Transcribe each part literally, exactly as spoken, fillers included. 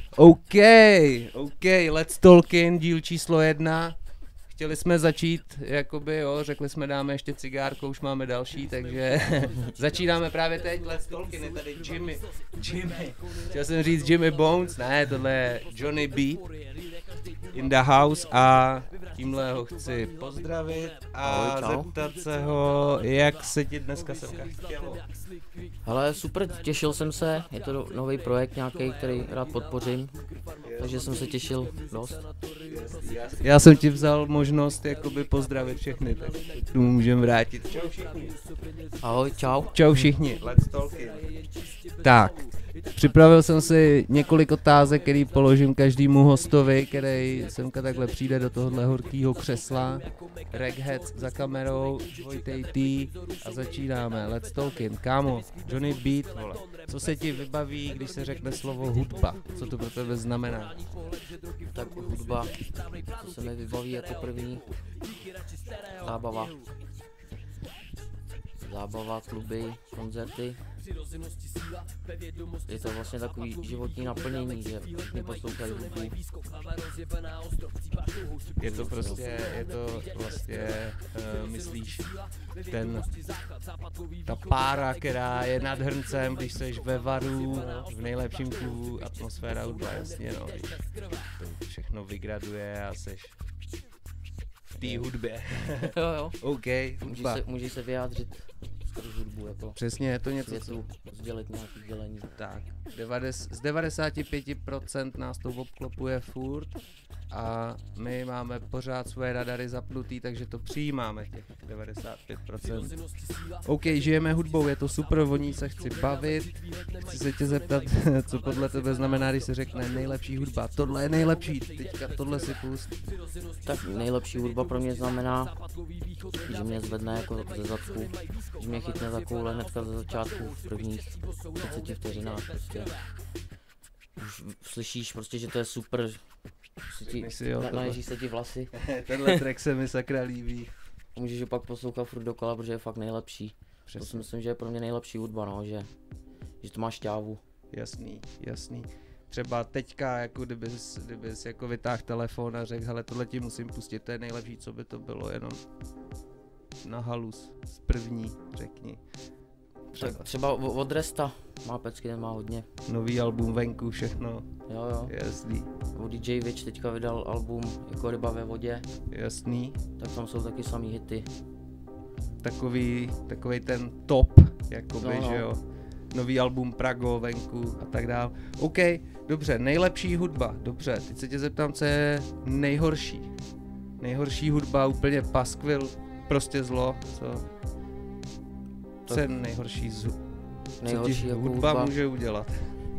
OK, OK, Let's Talkin, díl číslo jedna. Chtěli jsme začít, jakoby jo, řekli jsme dáme ještě cigárko, už máme další, takže začínáme právě teď, Let's Talkin, je tady Jimmy, Jimmy, chtěl jsem říct Jimmy Bones, ne, tohle je Johnny Beat in the house a tímhle ho chci pozdravit a ahoj, zeptat se ho, jak se ti dneska semka chtělo. Hele, super, těšil jsem se, je to nový projekt nějaký, který rád podpořím, takže jsem se těšil dost. Já jsem ti vzal možnost jakoby pozdravit všechny, tak k tomu můžeme vrátit. Čau všichni. Ahoj, čau. Čau všichni, Let's Talkin. Tak, připravil jsem si několik otázek, který položím každému hostovi, který semka takhle přijde do tohohle horkýho křesla. Reghead za kamerou, Vojtej T a začínáme. Let's Talkin. Kámo, Johnny Beat, vole. Co se ti vybaví, když se řekne slovo hudba? Co to pro tebe znamená? Tak hudba, co se mi vybaví jako první? Zábava. Zábava, kluby, koncerty. Je to vlastně takový životní naplnění, že všichni poslouchají hudbu. Je to prostě, je to vlastně, uh, myslíš, ten, ta pára, která je nad hrncem, když seš ve Varu, v nejlepším klubu, atmosféra hudba, jasně no, víš, to všechno vygraduje a seš v té hudbě. Jo, jo. OK, hudba. Můžeš se, můžeš se vyjádřit skrz hudbu, jako přesně, je to něco, světu, sdělit nějaký dělení. Tak, z devadesát pět procent nás to obklopuje furt a my máme pořád svoje radary zapnutý, takže to přijímáme těch devadesát pět procent. OK, žijeme hudbou, je to super, o ní se chci bavit, chci se tě zeptat, co podle tebe znamená, když se řekne nejlepší hudba. Tohle je nejlepší, teďka tohle si pust. Tak nejlepší hudba pro mě znamená, že mě zvedne jako ze zadku, že mě chytne za koule hnedka ze začátku v prvních třiceti vteřinách prostě. Už slyšíš prostě, že to je super, ti, na, naježí se ti vlasy. Tenhle track se mi sakra líbí. Můžeš ho pak poslouchat furt dokola, protože je fakt nejlepší. Přesně. To si myslím, že je pro mě nejlepší hudba, no, že, že to má šťávu. Jasný, jasný. Třeba teďka, jako kdybys, kdybys jako vytáhl telefon a řekl, hele, tohle ti musím pustit, to je nejlepší, co by to bylo, jenom na halus, z první, řekni. Třeba, tak třeba od Resta, má pecky, ten má hodně. Nový album venku, všechno. Jo, jo. Jasný. D J Witch teďka vydal album jako Ryba ve vodě. Jasný. Tak tam jsou taky samý hity. Takový, takovej ten top, jakoby, no, no. Že jo. Nový album Prago venku a tak dál. OK, dobře, nejlepší hudba, dobře, teď se tě zeptám, co je nejhorší. Nejhorší hudba, úplně paskvil, prostě zlo, co, co je nejhorší, z... nejhorší co ti jako hudba, hudba může udělat?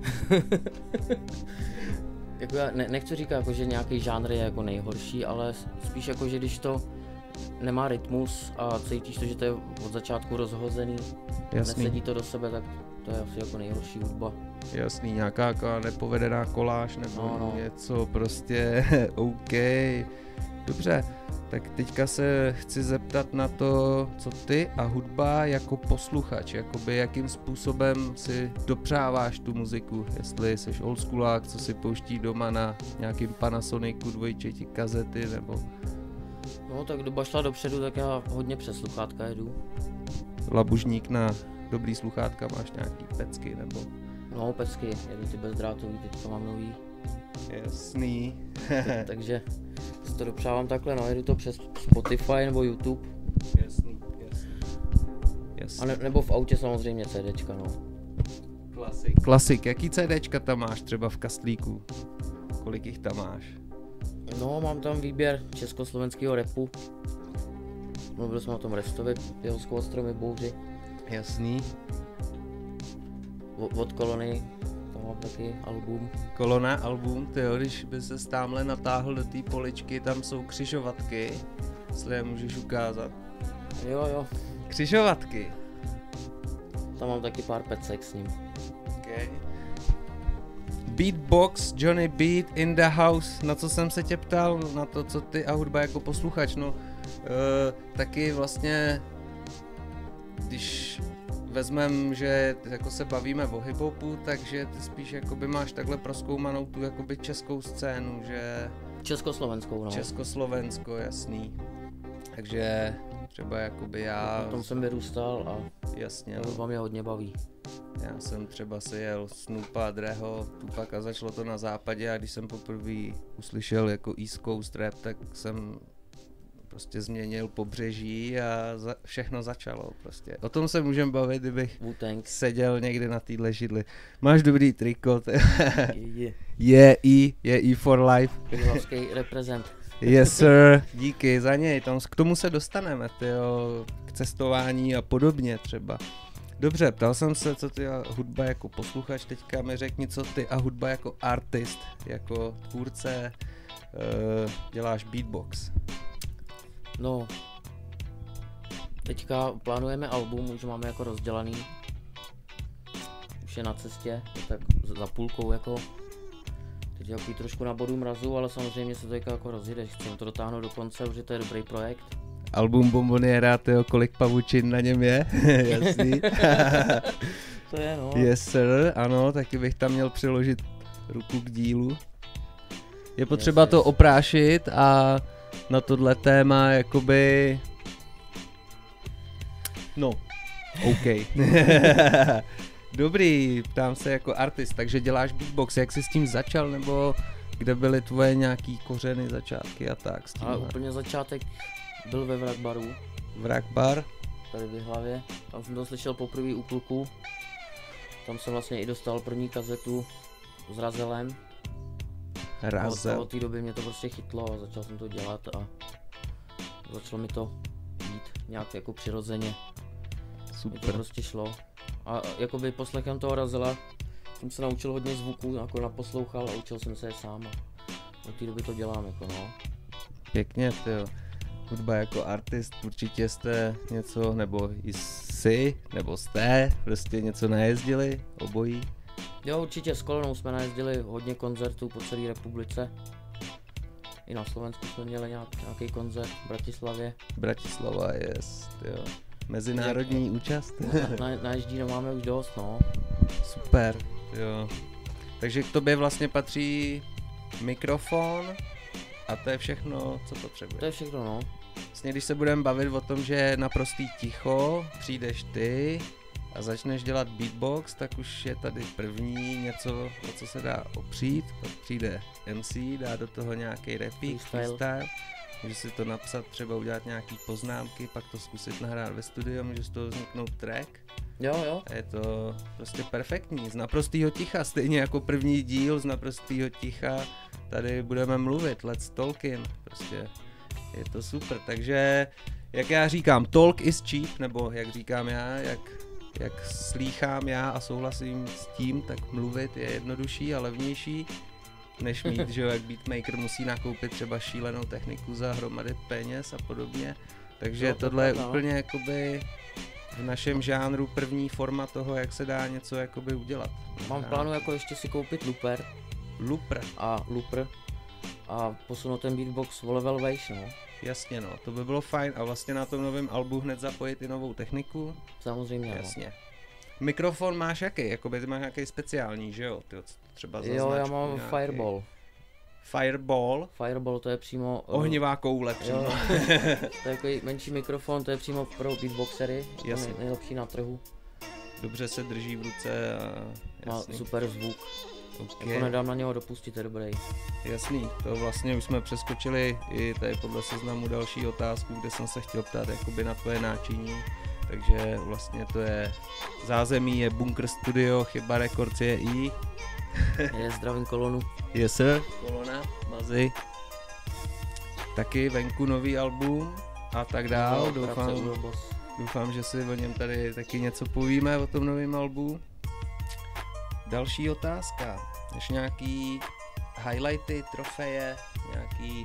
Jako já ne, nechci říkat, jako, že nějaký žánr je jako nejhorší, ale spíš jako, že když to nemá rytmus a cítíš to, že to je od začátku rozhozený, jasný. Nesedí to do sebe, tak to je asi jako nejhorší hudba. Jasný, nějaká nepovedená koláž nebo no, no. něco prostě, OK. Dobře, tak teďka se chci zeptat na to, co ty a hudba jako posluchač, jakoby jakým způsobem si dopřáváš tu muziku, jestli jsi oldschoolák, co si pouští doma na nějakým Panasonicu dvojčeti kazety nebo... No tak doba šla dopředu, tak já hodně přes sluchátka jedu. Labužník na dobrý sluchátka, máš nějaký pecky nebo? No pecky, jedu ty bezdrátový, teďka mám nový. Jasný. Takže si to dopřávám takhle, no jedu to přes Spotify nebo YouTube. Jasný, jasný. jasný. A ne, nebo v autě samozřejmě CDčka, no. Klasik. Klasik, jaký CDčka tam máš třeba v kastlíku? Kolik jich tam máš? No, mám tam výběr československého rapu. Mluvil jsem o tom Restovi, jeho Stromy bouři. Jasný. O, od Kolony, tam mám taky album. Kolona album, tyjo, když by se tamhle natáhl do té poličky, tam jsou křižovatky, jestli je můžeš ukázat. Jo, jo. Křižovatky. Tam mám taky pár pecek s ním. Okay. Beatbox, Johnny Beat in the house, na co jsem se tě ptal, na to, co ty a hudba jako posluchač, no, uh, taky vlastně, když vezmem, že jako se bavíme o hiphopu, takže ty spíš jakoby máš takhle prozkoumanou tu jakoby českou scénu, že... Československou, no. Československo, jasný. Takže třeba jakoby já... Na tom jsem vyrůstal a jasně, to no. mě hodně baví. Já jsem třeba si jel Snoopa, Dreho, Tupac a začalo to na západě a když jsem poprvé uslyšel jako East Coast rap, tak jsem prostě změnil pobřeží a za, všechno začalo prostě. O tom se můžeme bavit, kdybych Wu-Tang. seděl někdy na téhle židli. Máš dobrý triko, Je, je i, je i for life. Jihlavský reprezent. Yes sir, díky za něj, tam, k tomu se dostaneme, tyjo, k cestování a podobně třeba. Dobře, ptal jsem se, co ty a hudba jako posluchač, teďka mi řekni, co ty a hudba jako artist, jako tvůrce, uh, děláš beatbox. No, teďka plánujeme album, už máme jako rozdělaný. Už je na cestě, je tak za půlkou jako. Teď je takový trošku na bodu mrazu, ale samozřejmě se to jako rozjede, chceme to dotáhnout do konce, už je to je dobrý projekt. Album Bomboniera, tyjo, kolik pavučin na něm je, jasný. To je no. Yes sir, ano, taky bych tam měl přiložit ruku k dílu. Je potřeba yes, to yes. oprášit a na tohle téma jakoby... No, OK. Dobrý, ptám se jako artist, takže děláš beatbox, jak jsi s tím začal, nebo kde byly tvoje nějaký kořeny, začátky a tak s tím? Ale úplně začátek byl ve Wrack baru. Wrack bar? Tady v Jihlavě, tam jsem to slyšel poprvé u kluku. Tam jsem vlastně i dostal první kazetu s Razelem. Razel. A od té doby mě to prostě chytlo a začal jsem to dělat a začalo mi to jít nějak jako přirozeně. Super. Mi to prostě šlo. A jakoby poslechem toho Razela jsem se naučil hodně zvuků, jako naposlouchal a učil jsem se je sám. A od té doby to dělám jako no. Pěkně, tyjo. Hudba jako artist, určitě jste něco, nebo jsi, nebo jste, prostě něco najezdili, obojí? Jo, určitě s Kolonou jsme najezdili hodně koncertů po celé republice. I na Slovensku jsme měli nějak, nějaký koncert v Bratislavě. Bratislava, jest, jo. Mezinárodní Jak, účast? na, naježdí no máme už dost, no. Super, jo. Takže k tobě vlastně patří mikrofon a to je všechno, co potřebuješ. To je všechno, no. Vlastně když se budeme bavit o tom, že je naprostý ticho, přijdeš ty a začneš dělat beatbox, tak už je tady první něco, o co se dá opřít, pak přijde M C, dá do toho nějaký rapík, freestyle. freestyle, může si to napsat, třeba udělat nějaký poznámky, pak to zkusit nahrát ve studiu, může z toho vzniknout track. Jo, jo. A je to prostě perfektní, z naprostýho ticha, stejně jako první díl z naprostýho ticha, tady budeme mluvit, let's talking, prostě je to super, takže jak já říkám, talk is cheap, nebo jak říkám já, jak, jak slýchám já a souhlasím s tím, tak mluvit je jednodušší a levnější, než mít, že jo, jak beatmaker musí nakoupit třeba šílenou techniku za hromady peněz a podobně, takže no, to tohle je no. úplně jakoby v našem žánru první forma toho, jak se dá něco jakoby udělat. Mám v plánu jako ještě si koupit looper. Looper. A looper. A posunout ten beatbox o level vejš, no. Jasně no, to by bylo fajn a vlastně na tom novém albu hned zapojit i novou techniku. Samozřejmě, jasně. No. Mikrofon máš jaký? Jakoby ty máš nějaký speciální, že jo? Ty třeba za jo, já značku mám nějaký... Fireball. Fireball? Fireball to je přímo... Ohnivá koule přímo. Jo, to je takový menší mikrofon, to je přímo pro beatboxery, to je nejlepší na trhu. Dobře se drží v ruce a jasný. Má super zvuk. Okay. Jako nedám na něho dopustit, je dobrý. Jasný, to vlastně už jsme přeskočili i tady podle seznamu další otázku, kde jsem se chtěl ptát jakoby na tvoje náčiní. Takže vlastně to je zázemí, je Bunker Studio, Chyba Records je i. Je zdravím Kolonu. Yes sir, Kolona, Mazy. Taky venku nový album a tak dál, no, doufám, doufám, že si o něm tady taky něco povíme o tom novém albu. Další otázka, ještě nějaký highlighty, trofeje, nějaký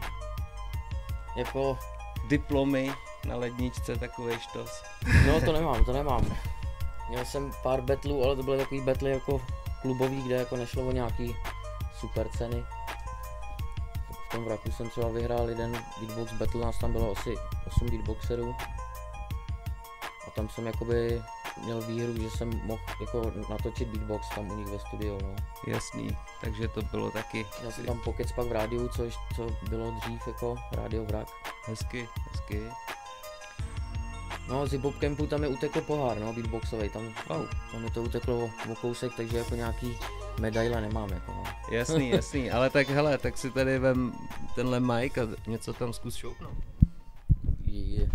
jako diplomy na ledničce, takovej štos? No to nemám, to nemám. Měl jsem pár battlů, ale to byly takový battly jako klubový, kde jako nešlo o nějaký super ceny. V tom Wracku jsem třeba vyhrál jeden beatbox battle, nás tam bylo asi osm beatboxerů. A tam jsem jakoby měl výhru, že jsem mohl jako natočit beatbox tam u nich ve studiu, no. Jasný, takže to bylo taky. Já jsem tam pokec pak v rádiu, což co bylo dřív jako Rádio Vrak. Hezky, hezky. No, z hip-hop campu tam je utekl pohár, no, beatboxovej, tam, Wow. tam mi to uteklo o, o kousek, takže jako nějaký medaile nemám, jako no. Jasný, jasný, ale tak hele, tak si tady vem tenhle mic a něco tam zkus šoupnout. Je.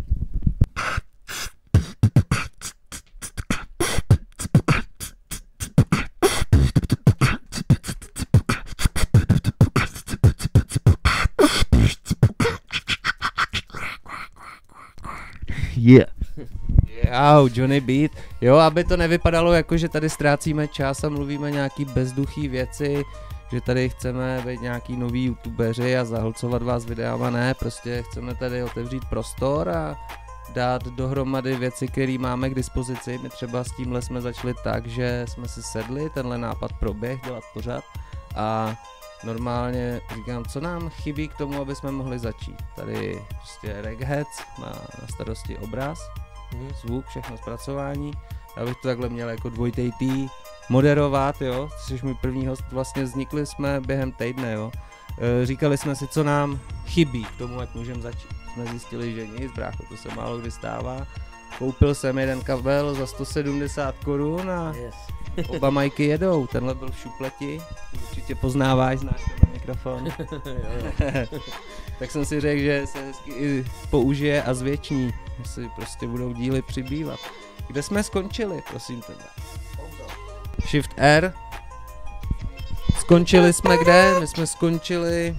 Yeah. Jau, Johnny Beat. Jo, aby to nevypadalo jako, že tady ztrácíme čas a mluvíme nějaký bezduchý věci, že tady chceme být nějaký noví youtubeři a zahlcovat vás videama, ne, prostě chceme tady otevřít prostor a dát dohromady věci, které máme k dispozici. My třeba s tímhle jsme začali tak, že jsme si sedli, tenhle nápad proběh, dělat pořad a normálně říkám, co nám chybí k tomu, aby jsme mohli začít. Tady prostě Regheads má na starosti obraz, zvuk, všechno zpracování. Já bych to takhle měl jako dvojitý tý moderovat, jo, což můj první host, vlastně vznikli jsme během týdne, jo. E, říkali jsme si, co nám chybí k tomu, jak můžeme začít. Jsme zjistili, že nic, brácho, to se málo kdy stává. Koupil jsem jeden kabel za sto sedmdesát korun a Yes. oba majky jedou. Tenhle byl v šupleti, určitě poznáváš, znáš ten mikrofon. Tak jsem si řekl, že se hezky i použije a zvětší, jestli prostě budou díly přibývat. Kde jsme skončili, prosím tebe? Shift R. Skončili jsme kde? My jsme skončili...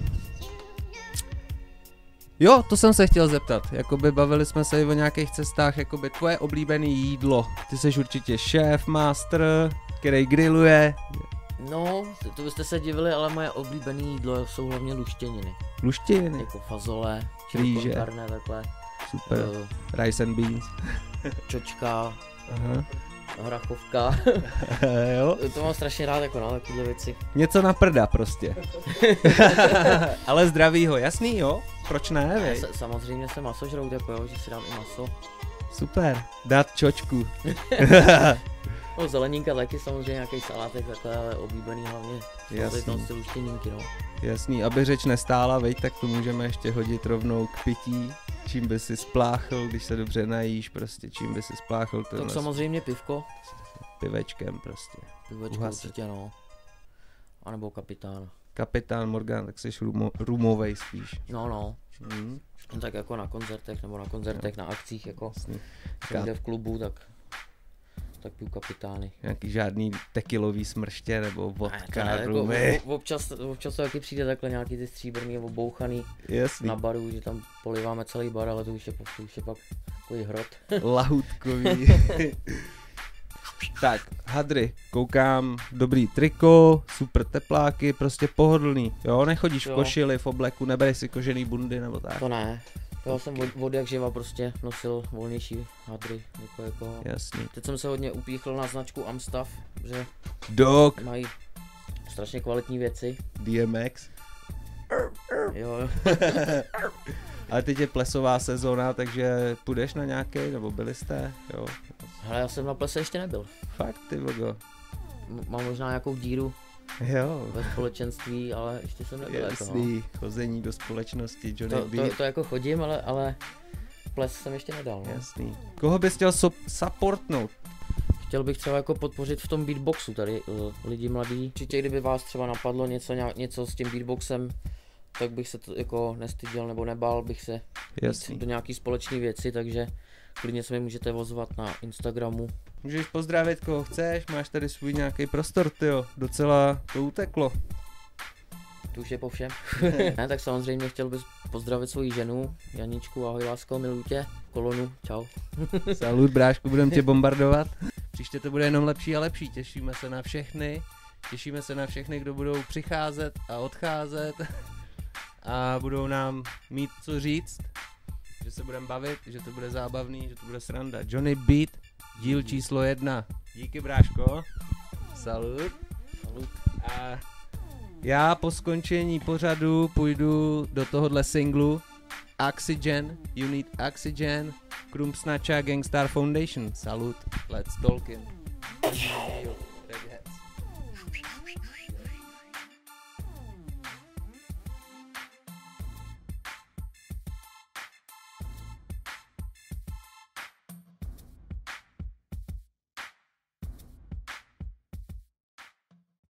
Jo, to jsem se chtěl zeptat, jakoby bavili jsme se i o nějakých cestách, jakoby tvoje oblíbené jídlo. Ty jsi určitě šéf, master, který grilluje. No, to, to byste se divili, ale moje oblíbené jídlo jsou hlavně luštěniny. Luštěny. Jako fazole, Rýže. chili con carne, takhle. Super. Uh, Rice and beans. čočka, Aha. hrachovka. Jo. To mám strašně rád, jako no, takovýhle věci. Něco na prda prostě. Ale zdravýho, jasný jo? Proč ne, vej? S- samozřejmě jsem masožrout, jako jo, že si dám i maso. Super, dát čočku. No zeleninka taky, samozřejmě nějaký salátek, takhle, ale oblíbený hlavně. Jasný. Tam ty luštěninky, no. Jasný, aby řeč nestála, veď, tak to můžeme ještě hodit rovnou k pití. Čím by si spláchl, když se dobře najíš, prostě čím by si spláchl Tak tenhle samozřejmě pivko. pivečkem prostě. Pivečko Uhasit. určitě, no. A nebo kapitán. Kapitán Morgan, tak jsi rumo, rumovej spíš. No, no. Hmm. No, tak jako na koncertech, nebo na koncertech, no. Na akcích, jako. Jasný. Někde v klubu, tak tak piju kapitány. Nějaký žádný tekilový smrště nebo Ne, vodka, to ne, jako, rumy. o- občas, občas to taky přijde takhle nějaký ty stříbrný obouchaný Jasný. na baru, že tam poliváme celý bar, ale to už je, to už je pak takový hrot. Lahutkový. Tak, hadry, koukám, dobrý triko, super tepláky, prostě pohodlný, jo, nechodíš v Jo. košili, v obleku, nebereš si kožený bundy nebo tak. To ne. Já jsem od, od jak živa prostě nosil volnější hadry, jako jako. Jasný. Teď jsem se hodně upíchl na značku Amstaff, že Dog, mají strašně kvalitní věci. D M X. Jo, jo. Ale teď je plesová sezóna, takže půjdeš na nějaký, nebo byli jste, jo. Hele, já jsem na plese ještě nebyl. Fakt, ty vogo. M- mám možná nějakou díru Jo. ve společenství, ale ještě jsem nebyl. Jako, no. Jasný, chození do společnosti, Johnny to, Beat. to, to jako chodím, ale, ale ples jsem ještě nedal. No. Jasný. Koho bys chtěl so- supportnout? Chtěl bych třeba jako podpořit v tom beatboxu tady uh, lidi mladí. Určitě kdyby vás třeba napadlo něco, nějak, něco s tím beatboxem, tak bych se to jako nestyděl nebo nebál bych se Jasný. jít do nějaký společné věci, takže klidně se mi můžete ozvat na Instagramu. Můžeš pozdravit koho chceš, máš tady svůj nějaký prostor, tyjo, docela to uteklo. To už je po všem. Ne, tak samozřejmě chtěl bych pozdravit svoji ženu, Janičku, ahoj lásko, miluji tě, kolonu, čau. Salut brášku, budeme tě bombardovat. Příště to bude jenom lepší a lepší, těšíme se na všechny. Těšíme se na všechny, kdo budou přicházet a odcházet a budou nám mít co říct, že se budeme bavit, že to bude zábavný, že to bude sranda. Johnny Beat, díl číslo jedna. Díky bráško. Salut. Salut. A já po skončení pořadu půjdu do tohohle singlu Oxygen, You Need Oxygen, Krumpsnacha Gangstar Foundation. Salut. Let's Talkin.